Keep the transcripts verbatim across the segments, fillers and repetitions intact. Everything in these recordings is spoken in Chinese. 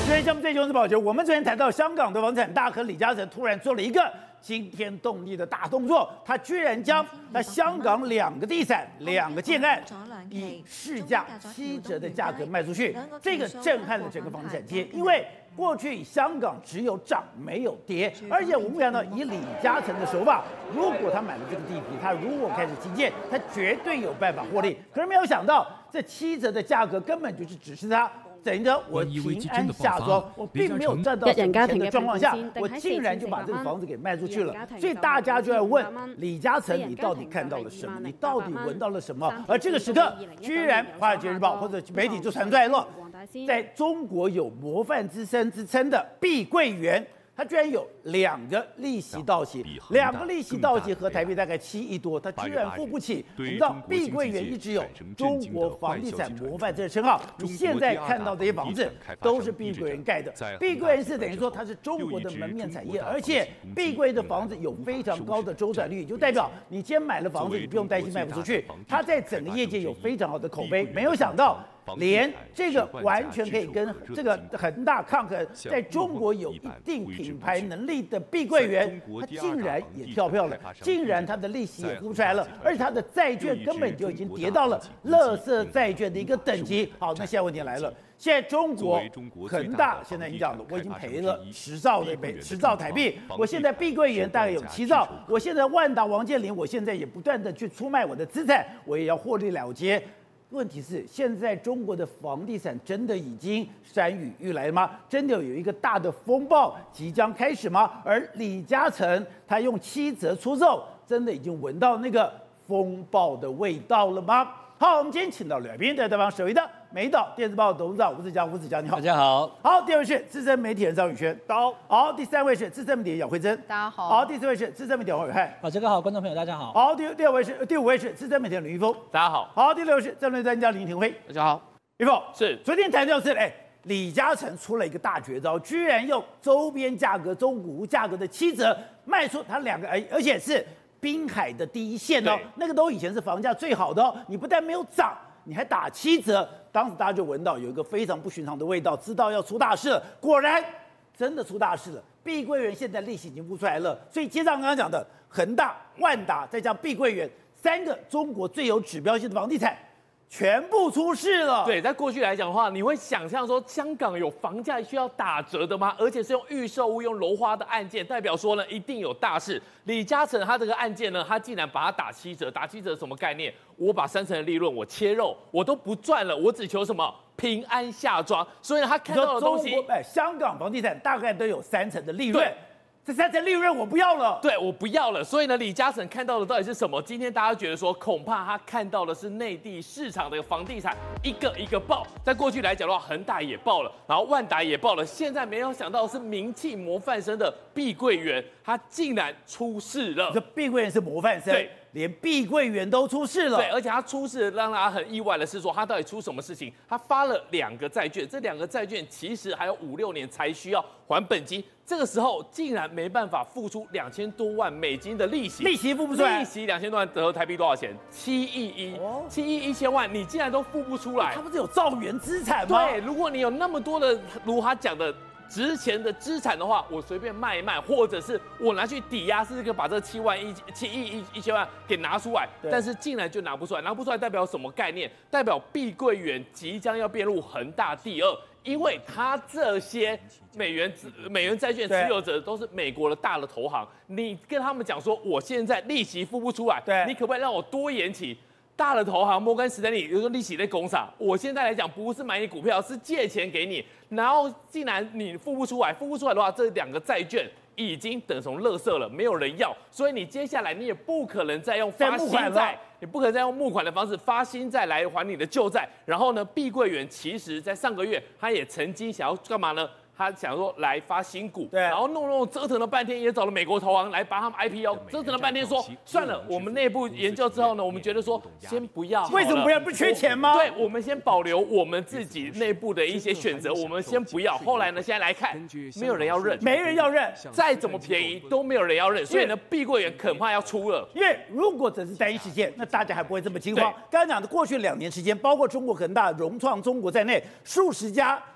所以，节目最终是保全。我们昨天谈到香港的房产大亨李嘉诚突然做了一个惊天动地的大动作，他居然将那香港两个地产、两个建案以市价七折的价格卖出去，这个震撼了整个房产界，因为过去香港只有涨没有跌，而且我们看到以李嘉诚的手法，如果他买了这个地皮，他如果开始基建，他绝对有办法获利。可是没有想到，这七折的价格根本就是只是他。等于我平安下庄，我并没有赚到钱的状况下，我竟然就把这个房子给卖出去了。所以大家就在问李嘉诚，你到底看到了什么？你到底闻到了什么？而这个时刻，居然《华尔街日报》或者媒体就传出来了，在中国有模范之声之称的碧桂园。它居然有两个利息到期，两个利息到期和台币大概七亿多，它居然付不起。你知道碧桂园一直有中国房地产模范这个称号，你现在看到这些房子都是碧桂园盖的。碧桂园是等于说它是中国的门面产业，而且碧桂园的房子有非常高的周转率，就代表你今天买了房子，你不用担心卖不出去。它在整个业界有非常好的口碑，没有想到。连这个完全可以跟这个恒大抗衡，在中国有一定品牌能力的碧桂园，它竟然也跳票了，竟然它的利息也付不出来了，而且它的债券根本就已经跌到了垃圾债券的一个等级。好，那现在问题来了，现在中国恒大现在已经讲了，我已经赔了十兆的美十兆台币，我现在碧桂园大概有七兆，我现在万达、王健林，我现在也不断的去出卖我的资产，我也要获利了结。问题是，现在中国的房地产真的已经山雨欲来了吗？真的有一个大的风暴即将开始吗？而李嘉诚他用七折出售，真的已经闻到那个风暴的味道了吗？好，我们今天请到来宾，在对方首位的美岛电子报董事长吴子嘉，吴子嘉你好， 大家好。 好，第二位是资深媒体人张宇轩，大家好。好，第三位是资深媒体人姚慧珍， 大家好。 好，第四位是资深媒体人黄伟汉， 好，这个好，观众朋友大家好。 好，第第二位是第五位是资深媒体人吕一峰， 大家好。 好，第六位是政论专家林廷辉， 大家好。 一峰是昨天谈到是哎，李嘉诚出了一个大绝招，居然用周边价格、中古屋价格的七折卖出他两个，而而且是滨海的第一线哦，那个都以前是房价最好的哦，你不但没有涨。你还打七折，当时大家就闻到有一个非常不寻常的味道，知道要出大事了。果然，真的出大事了。碧桂园现在利息已经付出来了，所以接上刚刚讲的恒大、万达，再加上碧桂园三个中国最有指标性的房地产，全部出事了。 对，在过去来讲的话，你会想象说香港有房价需要打折的吗？而且是用预售屋、用楼花的案件，代表说呢，一定有大事。李嘉诚他这个案件呢，他竟然把它打七折，打七折什么概念？我把三成的利润我切肉，我都不赚了，我只求什么？平安下庄。所以呢，他看到的东西， 哎，香港房地产大概都有三成的利润。这三成利润我不要了， 对，我不要了。所以呢，李嘉诚看到的到底是什么？今天大家觉得说，恐怕他看到的是内地市场的房地产一个一个爆。在过去来讲的话，恒大也爆了，然后万达也爆了，现在没有想到是名气模范生的碧桂园，它竟然出事了。 这碧桂园是模范生， 对。 连碧桂园都出事了， 对，而且他出事让大家很意外的是说，他到底出什么事情？他发了两个债券，这两个债券其实还有五六年才需要还本金，这个时候竟然没办法付出两千多万美金的利息， 利息付不出来， 利息两千多万折合台币多少钱？七亿一，七亿一千万，你竟然都付不出来， 他不是有造园资产吗？ 对，如果你有那么多的，如他讲的。值钱的资产的话，我随便卖一卖，或者是我拿去抵押，是这个把这七万一七亿一一千万给拿出来，但是竟然就拿不出来，拿不出来代表什么概念？代表碧桂园即将要变入恒大第二，因为他这些美元美元债券持有者都是美国的大的投行，你跟他们讲说，我现在利息付不出来，你可不可以让我多延期？大的投行摩根士丹利有个利息在工厂，我现在来讲不是买你股票，是借钱给你，然后既然你付不出来，付不出来的话，这两个债券已经等同垃圾了，没有人要，所以你接下来你也不可能再用发新债，你不可能再用募款的方式发新债来还你的旧债。然后呢，碧桂园其实在上个月，他也曾经想要干嘛呢？他想说来发新股，对，然后弄弄折腾了半天，也找了美国投行来把他们 I P O， 折腾了半天说算了，我们内部研究之后呢，我们觉得说先不要， 为什么不要？不缺钱吗？ 对，我们先保留我们自己内部的一些选择，我们先不要。后来呢，现在来看，没有人要认， 没人要认， 再怎么便宜都没有人要认，所以呢，碧桂园恐怕要出了。 因为如果只是单一事件，那大家还不会这么惊慌。刚才讲的过去两年时间，包括中国恒大、融创中国在内，数十家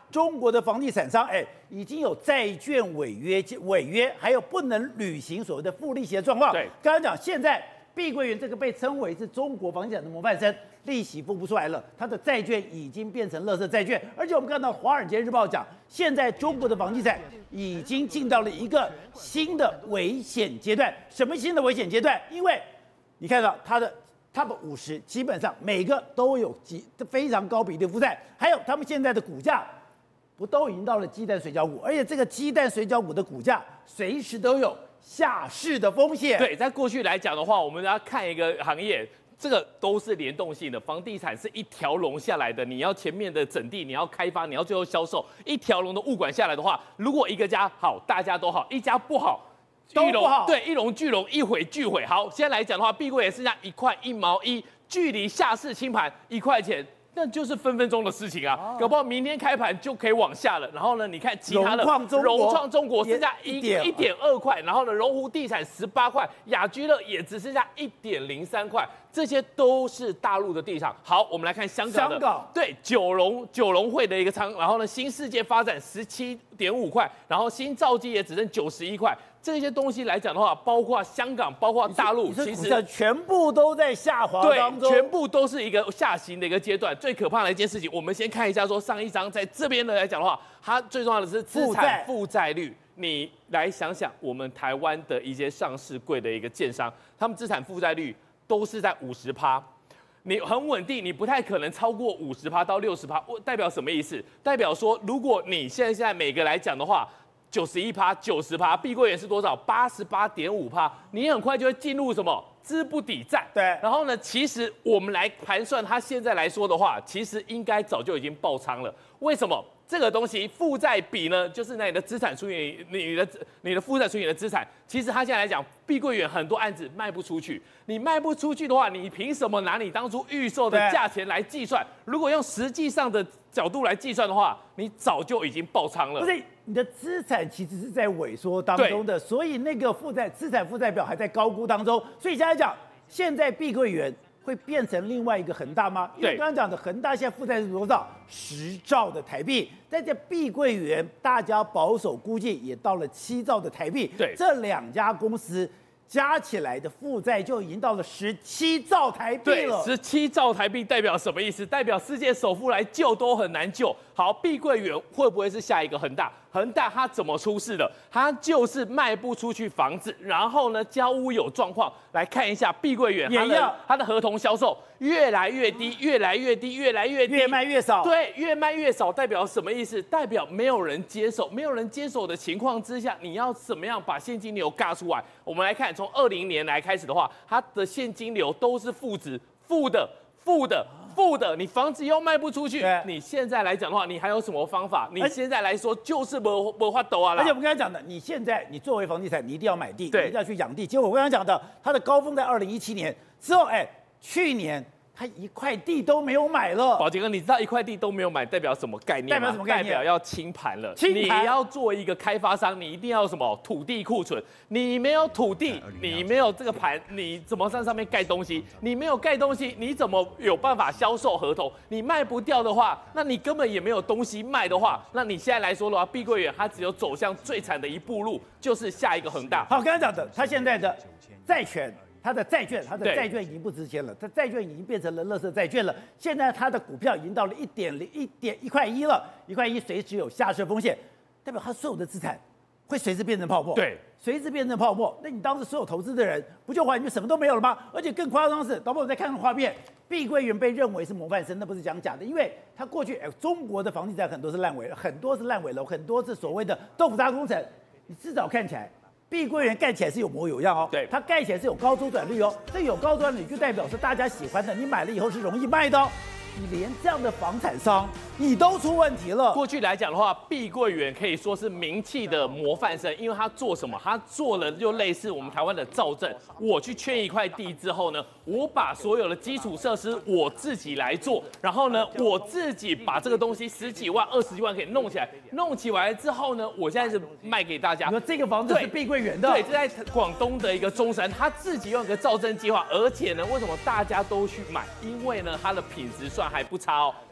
中国的房地产商，哎，已经有债券违约、违约，还有不能履行所谓的付利息的状况。 对， 刚刚讲，现在碧桂园这个被称为是中国房地产的模范生，利息付不出来了，它的债券已经变成垃圾债券。而且我们看到《华尔街日报》讲，现在中国的房地产已经进到了一个新的危险阶段。什么新的危险阶段？因为你看到它的 Top 五十基本上每个都有极非常高比例负债，还有他们现在的股价不都已经到了鸡蛋水饺股，而且这个鸡蛋水饺股的股价随时都有下市的风险。 对，在过去来讲的话，我们要看一个行业，这个都是联动性的，房地产是一条龙下来的。你要前面的整地，你要开发，你要最后销售，一条龙的物管下来的话，如果一个家好，大家都好；一家不好， 都不好， 对，一龙俱龙，一毁俱毁。好，现在来讲的话，碧桂园剩下一块一毛一，距离下市清盘一块钱，那就是分分钟的事情啊，哦、搞不好明天开盘就可以往下了。然后呢，你看其他的融创中国剩下一一点二块，然后呢，龙湖地产十八块，雅居乐也只剩下一点零三块。 这些都是大陆的地产。好，我们来看香港的， 香港对九龙九龙汇的一个仓，然后呢，新世界发展十七点五块，然后新兆基也只剩九十一块。这些东西来讲的话，包括香港，包括大陆，其实全部都在下滑当中， 对，全部都是一个下行的一个阶段。最可怕的一件事情，我们先看一下，说上一张在这边的来讲的话，它最重要的是资产负债率。 你来想想，我们台湾的一些上市柜的一个建商，他们资产负债率 都是在五十趴，你很稳定，你不太可能超过五十趴到六十趴。代表什么意思？代表说，如果你现在现在每个来讲的话，九十一趴、九十趴，碧桂园是多少？八十八点五趴，你很快就会进入什么资不抵债。 对。 然后呢，其实我们来盘算，它现在来说的话，其实应该早就已经爆仓了。为什么？ 这个东西负债比呢，就是那你的资产除以你你的你的负债除以你的资产。其实它现在来讲，碧桂园很多案子卖不出去，你卖不出去的话，你凭什么拿你当初预售的价钱来计算？如果用实际上的角度来计算的话，你早就已经爆仓了。 不是，你的资产其实是在萎缩当中的，所以那个负债资产负债表还在高估当中。所以现在讲，现在碧桂园 会变成另外一个恒大吗？因为刚刚讲的恒大现在负债是多少？十兆的台币，在这碧桂园，大家保守估计也到了七兆的台币。 对， 这两家公司加起来的负债就已经到了十七兆台币了。 十七兆台币代表什么意思？代表世界首富来救都很难救。好，碧桂园会不会是下一个恒大？恒大它怎么出事的？它就是卖不出去房子，然后呢，交屋有状况。来看一下碧桂园，它的它的合同销售越来越低，越来越低，越来越低， 越卖越少。 对，越卖越少，代表什么意思？代表没有人接手，没有人接手的情况之下，你要怎么样把现金流尬出来？我们来看，从二零年来开始的话，它的现金流都是负值，负的，负的。 负的，你房子又卖不出去，你现在来讲的话，你还有什么方法？你现在来说就是没没法抖啊啦。 而且我们刚才讲的，你现在你作为房地产，你一定要买地，你一定要去养地。结果我刚才讲的，它的高峰在二零一七年之后，哎，去年他一块地都没有买了。 宝杰哥，你知道一块地都没有买代表什么概念吗？ 代表什么概念？ 代表要清盘了。 清盘。 你要做一个开发商，你一定要有什么土地库存。你没有土地，你没有这个盘，你怎么在上面盖东西？你没有盖东西，你怎么有办法销售合同？你卖不掉的话，那你根本也没有东西卖的话，那你现在来说的话，碧桂园它只有走向最惨的一步路，就是下一个恒大。 好，刚才讲的，它现在的债权。 它的债券，它的债券已经不值钱了，它债券已经变成了垃圾债券了。现在它的股票已经到了一点零一点一块一了，一块一随时有下市风险，代表它所有的资产会随时变成泡沫。 对， 随时变成泡沫，那你当时所有投资的人不就完全什么都没有了吗？而且更夸张的是，导播我们再看看画面，碧桂园被认为是模范生，那不是讲假的，因为它过去哎，中国的房地产很多是烂尾，很多是烂尾楼，很多是所谓的豆腐渣工程，你至少看起来。 碧桂园盖起来是有模有样哦， 对， 它盖起来是有高周转率哦，这有高周转率就代表是大家喜欢的，你买了以后是容易卖的哦。你连这样的房产商你都出问题了。 过去来讲的话，碧桂园可以说是名气的模范生，因为他做什么？他做了就类似我们台湾的造镇，我去圈一块地之后呢，我把所有的基础设施我自己来做，然后呢，我自己把这个东西十几万、二十几万给弄起来，弄起来之后呢，我现在是卖给大家。 你说这个房子是碧桂园的？ 对，这在广东的一个中山，他自己用一个造镇计划，而且呢，为什么大家都去买？因为呢，它的品质算还不差哦。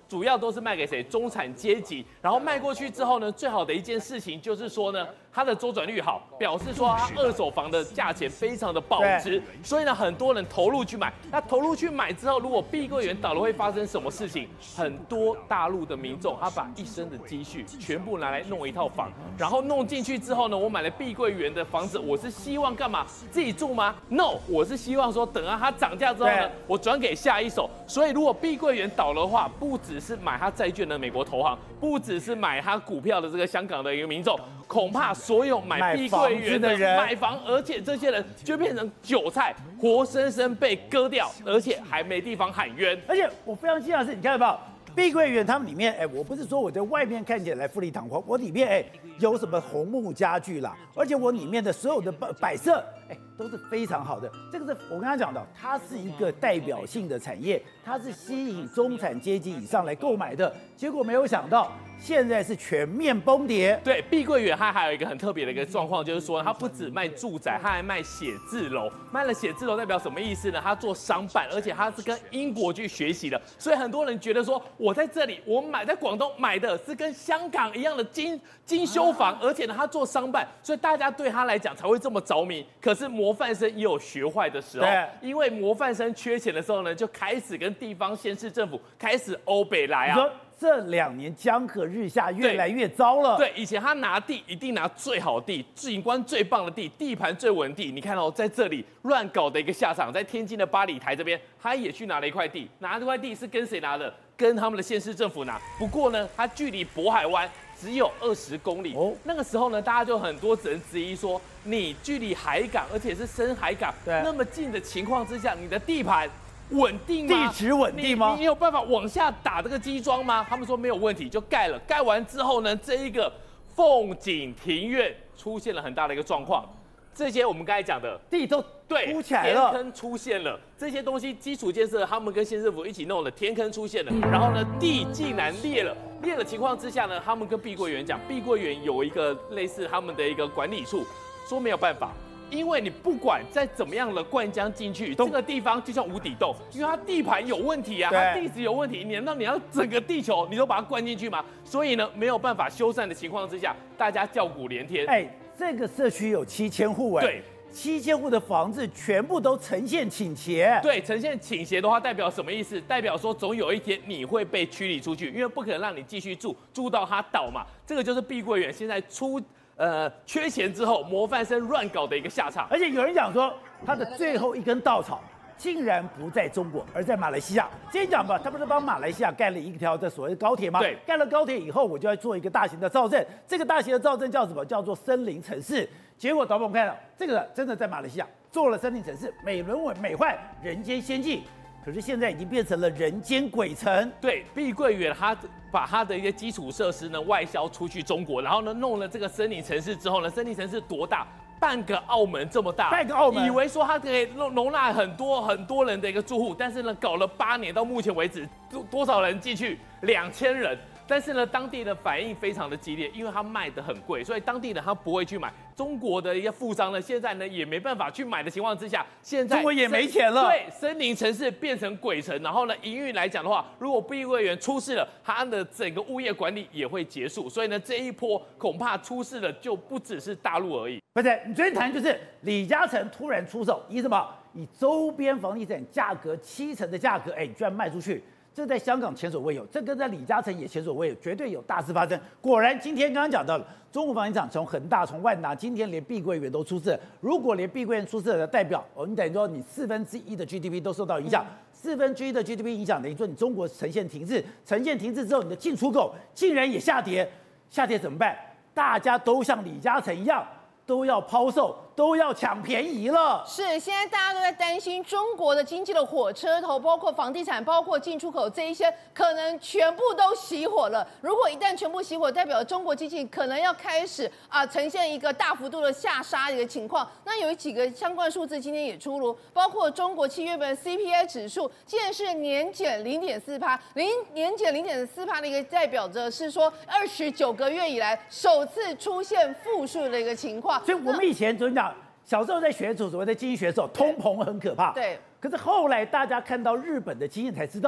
主要都是卖给谁？中产阶级。然后卖过去之后呢，最好的一件事情就是说呢，它的周转率好，表示说它二手房的价钱非常的保值，所以呢，很多人投入去买。那投入去买之后，如果碧桂园倒了，会发生什么事情？很多大陆的民众他把一生的积蓄全部拿来弄一套房，然后弄进去之后呢，我买了碧桂园的房子，我是希望干嘛？自己住吗 ？No， 我是希望说等到它涨价之后呢，我转给下一手。所以如果碧桂园倒了的话，不只是买它债券的美国投行，不只是买它股票的这个香港的一个民众，恐怕所有买碧桂园的人买房，而且这些人就变成韭菜，活生生被割掉，而且还没地方喊冤。 而且我非常欣赏的是，你看到没有？碧桂园他们里面，哎，我不是说我在外面看起来富丽堂皇，我里面哎有什么红木家具啦，而且我里面的所有的摆摆设，哎，都是非常好的。这个是我跟他讲的，它是一个代表性的产业，它是吸引中产阶级以上来购买的。结果没有想到，现在是全面崩跌。 对，碧桂园它还有一个很特别的一个状况，就是说它不只卖住宅，它还卖写字楼。卖了写字楼代表什么意思呢？它做商办，而且它是跟英国去学习的，所以很多人觉得说，我在这里，我买在广东买的是跟香港一样的精精修房，而且呢，它做商办，所以大家对它来讲才会这么着迷。可是模范生也有学坏的时候，因为模范生缺钱的时候呢，就开始跟地方县市政府开始欧北来啊。 这两年江河日下，越来越糟了。 对，以前他拿地一定拿最好地、景观最棒的地、地盘最稳地。你看哦，在这里乱搞的一个下场，在天津的八里台这边，他也去拿了一块地，拿这块地是跟谁拿的？跟他们的县市政府拿。不过呢，它距离渤海湾只有二十公里。哦，那个时候呢，大家就很多人质疑说，你距离海港，而且是深海港那么近的情况之下，你的地盘稳定吗？ 地质稳定吗？ 你, 你有办法往下打这个基桩吗？他们说没有问题，就盖了。盖完之后呢，这一个凤景庭院出现了很大的一个状况。这些我们刚才讲的地都对凸起来了， 天坑出现了。这些东西基础建设，他们跟县政府一起弄了，天坑出现了。然后呢，地竟然裂了。裂的情况之下呢，他们跟碧桂园讲，碧桂园有一个类似他们的一个管理处，说没有办法。因为你不管再怎么样的灌浆进去，这个地方就像无底洞，因为它地盘有问题啊，它地质有问题，难道你要整个地球你都把它灌进去吗？所以呢，没有办法修缮的情况之下，大家叫苦连天。 哎，这个社区有七千户哎， 对， 七千户的房子全部都呈现倾斜。 对，呈现倾斜的话，代表什么意思？代表说总有一天你会被驱离出去，因为不可能让你继续住，住到它倒嘛。这个就是碧桂园现在出。呃，缺钱之后，模范生乱搞的一个下场。 而且有人讲说，他的最后一根稻草竟然不在中国，而在马来西亚。今天讲吧，他不是帮马来西亚盖了一条这所谓的高铁吗？ 对， 盖了高铁以后，我就要做一个大型的造镇。这个大型的造镇叫什么？叫做森林城市。结果导播看了，这个真的在马来西亚做了森林城市，美轮美美奂，人间仙境。可是现在已经变成了人间鬼城。 对，碧桂园它把它的一些基础设施呢外销出去中国，然后呢弄了这个森林城市之后呢，森林城市多大？半个澳门这么大， 半个澳门， 以为说它可以容容纳很多很多人的一个住户，但是呢搞了八年，到目前为止多多少人进去？两千人。但是呢，当地的反应非常的激烈，因为它卖的很贵，所以当地人他不会去买。中国的一些富商呢，现在呢也没办法去买的情况之下，现在中国也没钱了。 对，森林城市变成鬼城，然后呢，营运来讲的话，如果碧桂园出事了，它的整个物业管理也会结束。所以呢，这一波恐怕出事了，就不只是大陆而已。 不是，你昨天谈就是李嘉诚突然出手，以什么？以周边房地产价格七成的价格，哎，你居然卖出去。这在香港前所未有，这跟在李嘉诚也前所未有，绝对有大事发生。果然，今天刚刚讲到了，中国房地产从恒大、从万达，今天连碧桂园都出事了。如果连碧桂园出事了，代表哦，你等于说你四分之一的 G D P 都受到影响，四分之一的 G D P 影响，等于说你中国呈现停滞，呈现停滞之后，你的进出口竟然也下跌，下跌怎么办？大家都像李嘉诚一样，都要抛售。都要抢便宜了。 是，现在大家都在担心中国的经济的火车头，包括房地产，包括进出口这一些，可能全部都熄火了。如果一旦全部熄火，代表中国经济可能要开始啊呈现一个大幅度的下杀的一个情况。那有几个相关数字今天也出炉，包括中国七月份的 C P I 指数竟然是年减零点四趴，零年减零点四趴的一个代表着是说二十九个月以来首次出现负数的一个情况。 所以我们以前怎么讲？小时候在学所谓的经济学的时候，通膨很可怕。 对。 可是后来大家看到日本的经验才知道，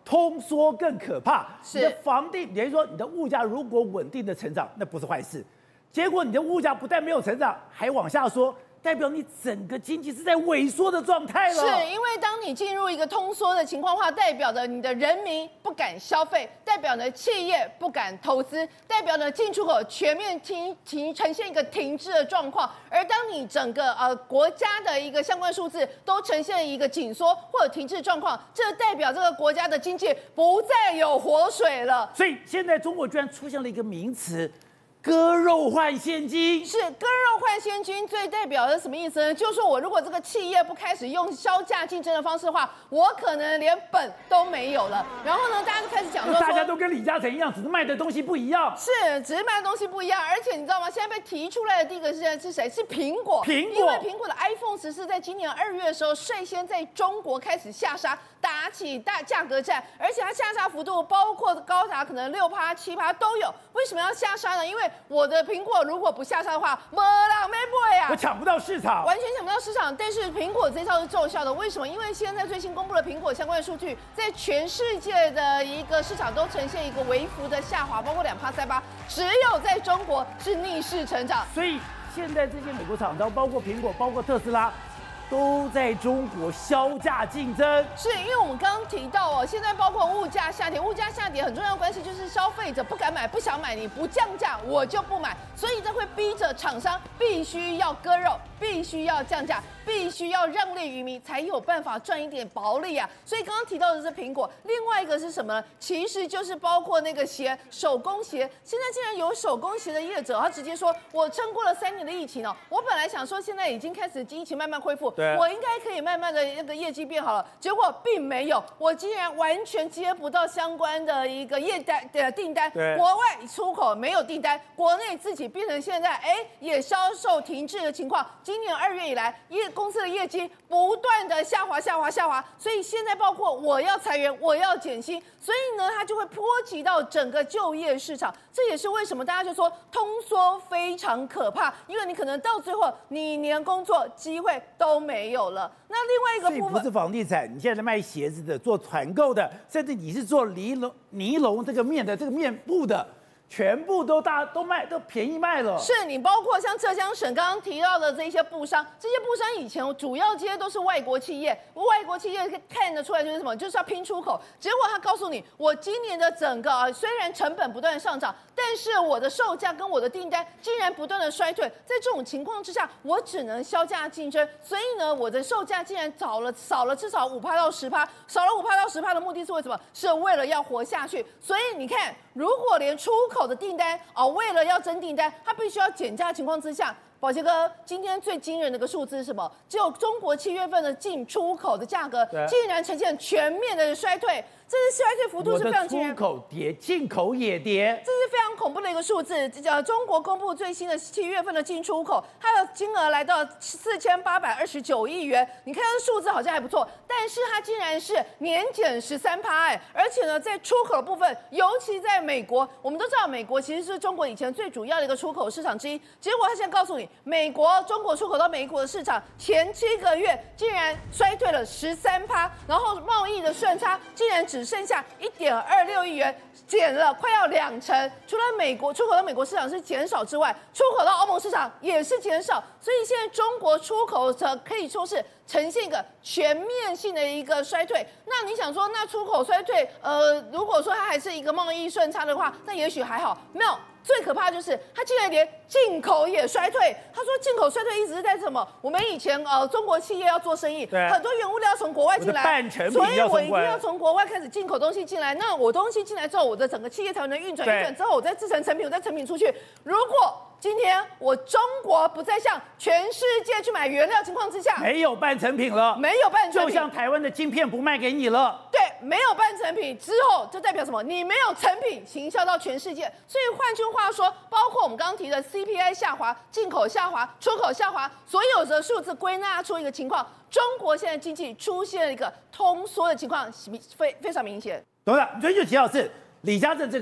通缩更可怕。 是你的房地，等于说你的物价如果稳定的成长，那不是坏事。结果你的物价不但没有成长，还往下缩。代表你整个经济是在萎缩的状态了。 是因为当你进入一个通缩的情况的话，代表着你的人民不敢消费，代表呢企业不敢投资，代表呢进出口全面停停呈现一个停滞的状况。而当你整个呃国家的一个相关数字都呈现一个紧缩或者停滞状况，这代表这个国家的经济不再有活水了。 所以现在中国居然出现了一个名词。割肉换现金是割肉换现金，最代表的什么意思呢？就是说我如果这个企业不开始用销价竞争的方式的话，我可能连本都没有了。然后呢，大家就开始讲说， 大家都跟李嘉诚一样，只是卖的东西不一样。 是，只是卖的东西不一样。而且你知道吗？现在被提出来的第一个是是谁？是苹果。 苹果， 因为苹果的 iPhone 十四在今年二月的时候率先在中国开始下杀，打起大价格战，而且它下杀幅度包括高达可能六趴、七趴都有。为什么要下杀呢？因为我的苹果如果不下杀的话，没人买啊， 我抢不到市场， 完全抢不到市场。但是苹果这套是奏效的，为什么？因为现在最新公布的苹果相关的数据，在全世界的一个市场都呈现一个微幅的下滑，包括两趴、三趴，只有在中国是逆势成长。 所以现在这些美国厂商，包括苹果、包括特斯拉。都在中国销价竞争， 是因为我们刚刚提到哦，现在包括物价下跌，物价下跌很重要的关系就是消费者不敢买、不想买，你不降价我就不买，所以这会逼着厂商必须要割肉，必须要降价，必须要让利于民，才有办法赚一点薄利啊。所以刚刚提到的是苹果，另外一个是什么呢？其实就是包括那个鞋，手工鞋，现在竟然有手工鞋的业者，他直接说，我撑过了三年的疫情哦，我本来想说现在已经开始疫情慢慢恢复。我应该可以慢慢的那个业绩变好了，结果并没有，我竟然完全接不到相关的一个业单的订单，国外出口没有订单，国内自己变成现在哎也销售停滞的情况。今年二月以来，业公司的业绩不断的下滑下滑下滑，所以现在包括我要裁员，我要减薪，所以呢它就会波及到整个就业市场。这也是为什么大家就说通缩非常可怕，因为你可能到最后你连工作机会都没有了。那另外一个部分不是房地产，你现在卖鞋子的、做团购的，甚至你是做尼龙尼龙这个面的这个面布的，全部都大都卖都便宜卖了。 是你包括像浙江省刚刚提到的这些布商，这些布商以前主要这些都是外国企业，外国企业看得出来就是什么，就是要拼出口。结果他告诉你，我今年的整个啊，虽然成本不断的上涨，但是我的售价跟我的订单竟然不断的衰退。在这种情况之下，我只能销价竞争，所以呢，我的售价竟然少了少了至少五趴到十趴，少了五趴到十趴的目的是为什么？是为了要活下去。所以你看，如果连出口的订单啊、哦，为了要增订单，它必须要减价的情况之下，宝杰哥，今天最惊人的一个数字是什么？只有中国七月份的进出口的价格竟然呈现全面的衰退，这是衰退幅度是非常惊人。 出口跌，进口也跌， 这是非常恐怖的一个数字。呃，中国公布最新的七月份的进出口，它的金额来到四千八百二十九亿元。你看这数字好像还不错，但是它竟然是年减十三趴，哎，而且呢，在出口的部分，尤其在美国，我们都知道美国其实是中国以前最主要的一个出口市场之一。结果他现在告诉你，美国中国出口到美国的市场前七个月竟然衰退了十三趴，然后贸易的顺差竟然只剩下一点二六亿元，减了快要两成。除了美国出口到美国市场是减少之外，出口到欧盟市场也是减少。所以现在中国出口的可以说是呈现一个全面性的一个衰退。那你想说，那出口衰退，呃，如果说它还是一个贸易顺差的话，那也许还好。没有，最可怕的就是它竟然连进口也衰退。他说进口衰退一直是在什么？我们以前呃中国企业要做生意，很多原物料从国外进来，所以我一定要从国外开始进口东西进来。那我东西进来之后，我的整个企业才能运转，运转之后我再制成成品，我再成品出去。如果今天我中国不再向全世界去买原料情况之下， 没有半成品了， 没有半成品， 就像台湾的晶片不卖给你了， 对，没有半成品之后，就代表什么？你没有成品行销到全世界。所以换句话说，包括我们刚刚提的 C P I 下滑、进口下滑、出口下滑，所有的数字归纳出一个情况：中国现在经济出现了一个通缩的情况，非非常明显。 董事长，你最近就提到是李嘉诚这个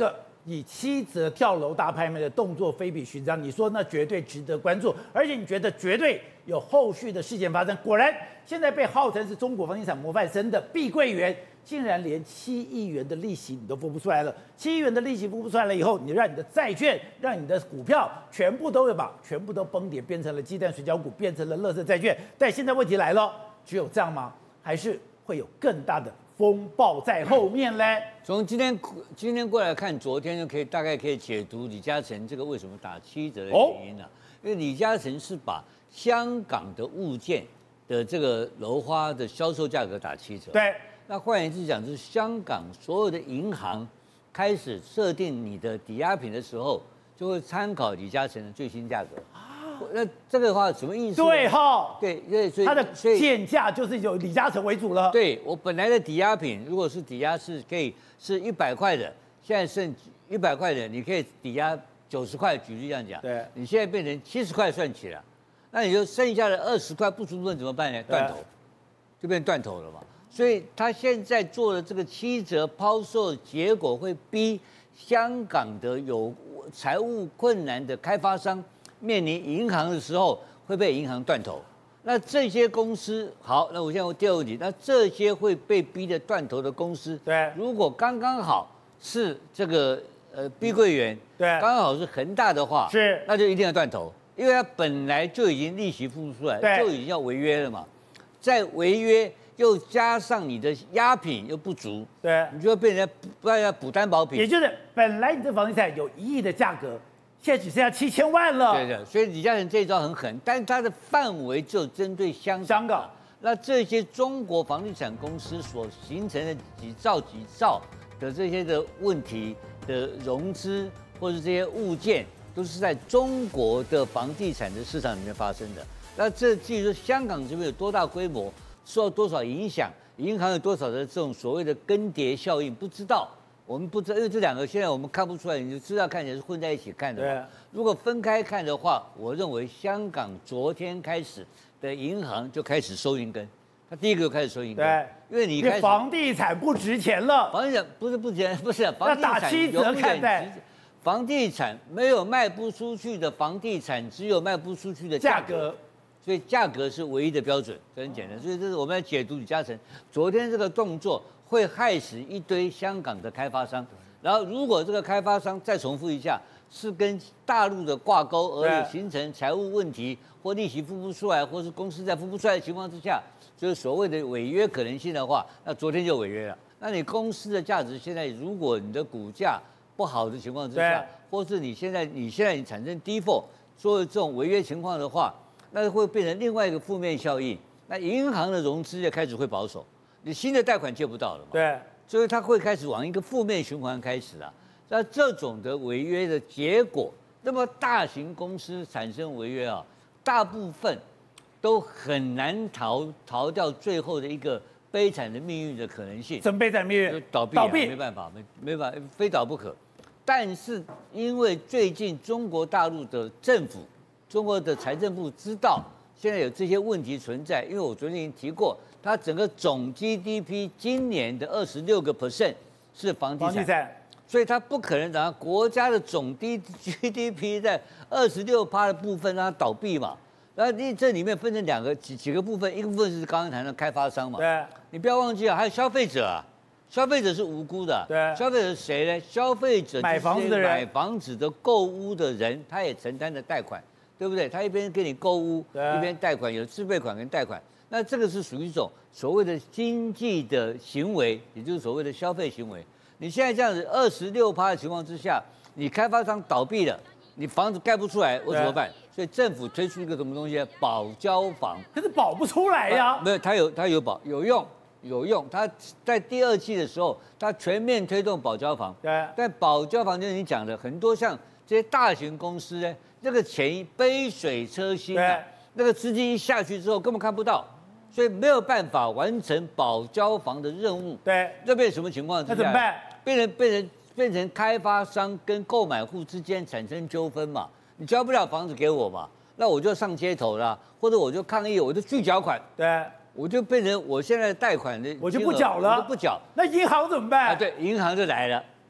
以七则跳楼大拍卖的动作非比寻常，你说那绝对值得关注，而且你觉得绝对有后续的事件发生。果然，现在被号称是中国房地产模范生的碧桂园，竟然连七亿元的利息你都付不出来了。七亿元的利息付不出来了以后，你让你的债券、让你的股票全部都有吧，全部都崩跌，变成了鸡蛋水饺股，变成了垃圾债券。但现在问题来了，只有这样吗？还是会有更大的风暴在后面嘞？ 从今天今天过来看，昨天就可以大概可以解读李嘉诚这个为什么打七折的原因了、啊。哦、因为李嘉诚是把香港的物件的这个楼花的销售价格打七折。 对。 那换言之讲，就是香港所有的银行开始设定你的抵押品的时候，就会参考李嘉诚的最新价格。那这个的话什么意思？ 对哈， 对，因为所以它的建价就是由李嘉诚为主了。 对我本来的抵押品，如果是抵押是可以是一百块的，现在剩一百块的，你可以抵押九十块，举例这样讲。 对， 你现在变成七十块算起了，那你就剩下的二十块不足分怎么办呢？断头，就变断头了嘛。所以他现在做的这个七折抛售，结果会逼香港的有财务困难的开发商。面临银行的时候会被银行断头，那这些公司好，那我现在第二个问题，那这些会被逼的断头的公司， 对， 如果刚刚好是这个呃碧桂园， 对， 刚刚好是恒大的话， 是， 那就一定要断头，因为它本来就已经利息付不出来，就已经要违约了嘛，再违约又加上你的押品又不足， 对， 你就会被人家不要补担保品， 也就是本来你这房地产有一亿的价格。现在只剩下七千万了。 对的，所以李嘉诚这一招很狠，但是它的范围只有针对香港。 香港， 那这些中国房地产公司所形成的几兆几兆的这些的问题的融资，或是这些物件，都是在中国的房地产的市场里面发生的。那这至于说香港这边有多大规模，受到多少影响，银行有多少的这种所谓的更迭效应，不知道。我们不知道，因为这两个现在我们看不出来，你就知道看起来是混在一起看的。 对。 如果分开看的话，我认为香港昨天开始的银行就开始收银根，它第一个就开始收银根。 对。 因为你开始房地产不值钱了。 房地产不是不值钱，不是房地产要打七折看待。 房地产没有卖不出去的房地产，只有卖不出去的价格。所以价格是唯一的标准，这很简单。所以这是我们来解读李嘉诚昨天这个动作。会害死一堆香港的开发商，然后如果这个开发商再重复一下，是跟大陆的挂钩，而形成财务问题或利息付不出来，或是公司在付不出来的情况之下，就是所谓的违约可能性的话，那昨天就违约了。那你公司的价值现在，如果你的股价不好的情况之下，或是你现在你现在你产生 default 做这种违约情况的话，那会变成另外一个负面效应。那银行的融资也开始会保守。你新的贷款借不到了嘛？ 对， 所以它会开始往一个负面循环开始啊。那这种的违约的结果，那么大型公司产生违约啊，大部分都很难逃逃掉最后的一个悲惨的命运的可能性。 什么悲惨命运？ 倒闭、啊，倒闭，没办法，没没办法，非倒不可。但是因为最近中国大陆的政府、中国的财政部知道现在有这些问题存在，因为我昨天已经提过。它整个总 G D P 今年的二十六个 percent 是房地产，房地产，所以它不可能让国家的总 G D P 在二十六趴的部分让它倒闭嘛。然后你这里面分成两个几几个部分，一个部分是刚刚谈的开发商嘛， 对， 你不要忘记啊，还有消费者啊，消费者是无辜的， 对， 消费者是谁呢？消费者买房子的人， 买房子的购屋的人，他也承担了贷款，对不对？他一边给你购屋，一边贷款，有自备款跟贷款。那这个是属于一种所谓的经济的行为，也就是所谓的消费行为。你现在这样子二十六趴的情况之下，你开发商倒闭了，你房子盖不出来，我怎么办？所以政府推出一个什么东西？保交房。 可是保不出来呀。 没有，它有它有保有用有用。它在第二季的时候，它全面推动保交房。 对。 但保交房就是你讲的，很多像这些大型公司呢，那个钱杯水车薪啊，那个资金一下去之后根本看不到。所以没有办法完成保交房的任务， 对， 这变成什么情况之下？ 那怎么办？ 变成变成变成开发商跟购买户之间产生纠纷嘛？你交不了房子给我嘛？那我就上街头了，或者我就抗议，我就拒缴款， 对， 我就变成我现在贷款的我就不缴了， 我就不缴。 那银行怎么办？ 啊，对，银行就来了，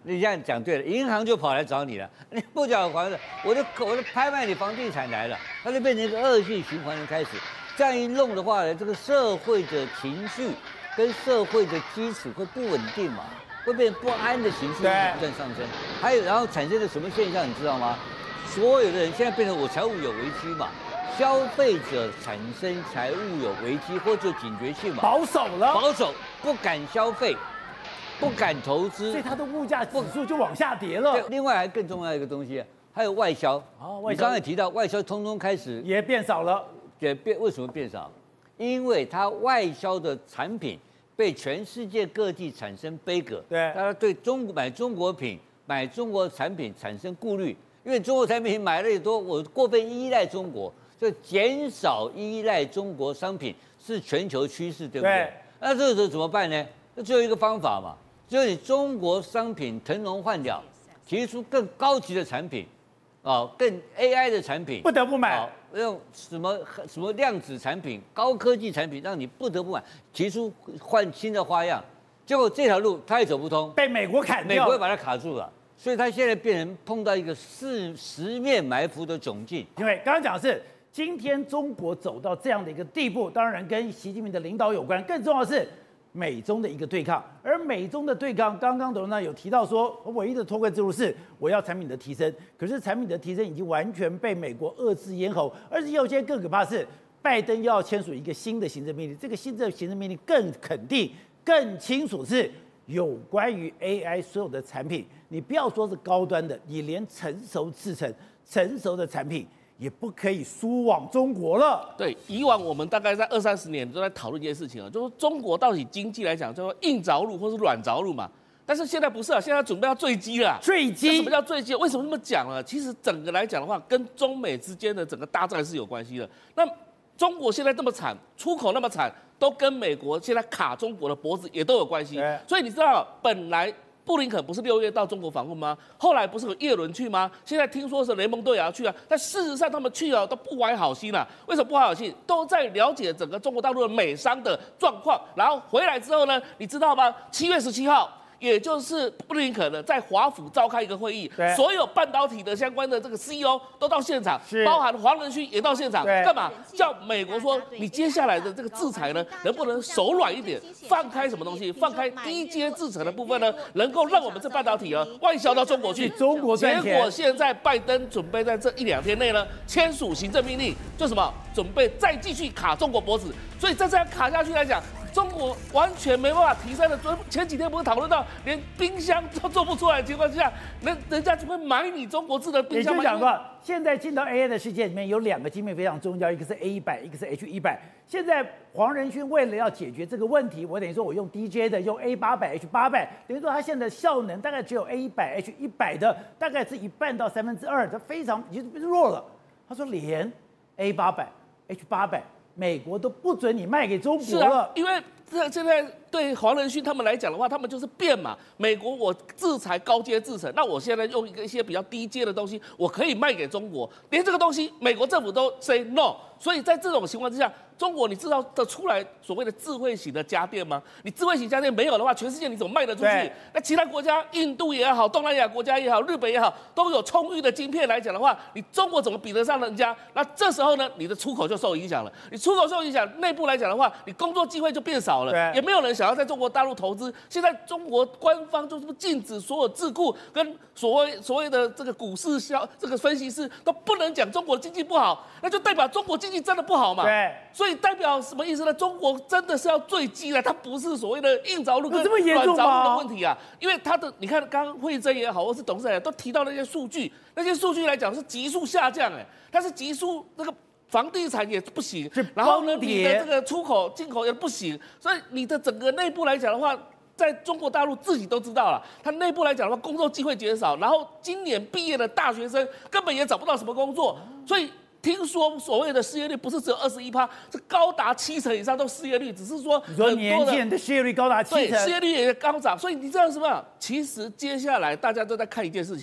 你这样讲对了，银行就跑来找你了，你不缴房子，我就我就拍卖你房地产来了，它就变成一个恶性循环的开始。这样一弄的话呢，这个社会的情绪跟社会的基础会不稳定嘛，会变不安的情绪不断上升。还有，然后产生了什么现象，你知道吗？所有的人现在变成我财务有危机嘛。消费者产生财务有危机或者警觉性嘛， 保守了， 保守不敢消费，不敢投资， 所以它的物价指数就往下跌了。 另外还更重要一个东西，还有外销。哦，外销你刚才提到外销，通通开始也变少了， 也变为什么变少？因为它外销的产品被全世界各地产生杯葛， 对， 大家对中国买中国品、买中国产品产生顾虑，因为中国产品买了也多，我过分依赖中国。就减少依赖中国商品是全球趋势，对不对？对，那这个时候怎么办呢？那只有一个方法嘛，就是你中国商品腾笼换鸟，提出更高级的产品，啊，更 A I 的产品， 不得不买。 用什么什么量子产品、高科技产品，让你不得不买，提出换新的花样。结果这条路它也走不通， 被美国砍掉， 美国把它卡住了。所以它现在变成碰到一个四十面埋伏的窘境。 因为刚刚讲的是。今天中国走到这样的一个地步，当然跟习近平的领导有关，更重要的是美中的一个对抗。而美中的对抗，刚刚董事长有提到说，唯一的脱钩之路是我要产品的提升，可是产品的提升已经完全被美国遏制咽喉，而且有些更可怕的是，拜登要签署一个新的行政命令，这个新的行政命令更肯定、更清楚是有关于 A I 所有的产品，你不要说是高端的，你连成熟制程、成熟的产品。也不可以输往中国了。 对，以往我们大概在二三十年都在讨论一件事情啊，就是中国到底经济来讲叫做硬着陆或是软着陆嘛。但是现在不是啊，现在准备要坠机了。 坠机？ 什么叫坠机？为什么这么讲呢？其实整个来讲的话，跟中美之间的整个大战是有关系的。那中国现在这么惨，出口那么惨，都跟美国现在卡中国的脖子也都有关系。所以你知道，本来。布林肯不是六月到中国访问吗？后来不是有叶伦去吗？现在听说是雷蒙多也要去啊。但事实上他们去啊都不怀好心啊。为什么不怀好心？都在了解整个中国大陆的美商的状况。然后回来之后呢，你知道吗？七月十七号。也就是布林肯呢，在华府召开一个会议，所有半导体的相关的这个 C E O 都到现场，包含黄仁勋也到现场，干嘛？叫美国说，你接下来的这个制裁呢，能不能手软一点，放开什么东西？放开低阶制程的部分呢，能够让我们这半导体呢外销到中国去。 中国结果现在拜登准备在这一两天内呢，签署行政命令，就什么？准备再继续卡中国脖子。所以再这样卡下去来讲。中国完全没办法提升的。前几天不是讨论到连冰箱都做不出来的情况下，那人家就会买你中国制的冰箱吗？ 也就讲过，现在进到 A I 的世界里面有两个晶片非常重要，一个是 A 一百，一个是 H 一百。现在黄仁勋为了要解决这个问题，我等于说我用 D J 的，用 A 八百、H 八百，等于说它现在效能大概只有 A 一百、H 一百的大概是一半到三分之二，它非常已经弱了。他说连 A 八百、H 八百。美国都不准你卖给中国了， 啊、因为这现在对黄仁勋他们来讲的话，他们就是变嘛。美国我制裁高阶制程，那我现在用一个一些比较低阶的东西，我可以卖给中国，连这个东西美国政府都 say no。所以在这种情况之下，中国你知道得出来所谓的智慧型的家电吗？你智慧型家电没有的话，全世界你怎么卖得出去？那其他国家，印度也好，东南亚国家也好，日本也好，都有充裕的晶片来讲的话，你中国怎么比得上人家？那这时候呢，你的出口就受影响了。你出口受影响，内部来讲的话，你工作机会就变少了，也没有人想要在中国大陆投资。现在中国官方就是禁止所有智库跟所谓所谓的这个股市销这个分析师都不能讲中国经济不好，那就代表中国经济真的不好嘛？ 对， 所以代表什么意思呢？中国真的是要坠机了，它不是所谓的硬着陆跟这么严重吗？ 软着陆的问题啊，因为它的你看，刚刚惠珍也好，或是董事长也都提到那些数据，那些数据来讲是急速下降，哎，它是急速那个。房地产也不行，然后呢，你的这个出口、进口也不行，所以你的整个内部来讲的话，在中国大陆自己都知道了，它内部来讲的话，工作机会减少，然后今年毕业的大学生根本也找不到什么工作，所以听说所谓的失业率不是只有二十一趴，是高达七成以上都失业率，只是说你说年轻人的失业率高达七成， 对，失业率也高涨，所以你知道什么？其实接下来大家都在看一件事情。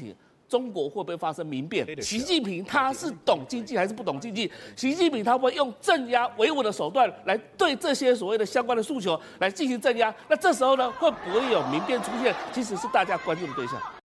中国会不会发生民变？习近平他是懂经济还是不懂经济？习近平他会用镇压维稳的手段来对这些所谓的相关的诉求来进行镇压。那这时候呢，会不会有民变出现？其实是大家关注的对象。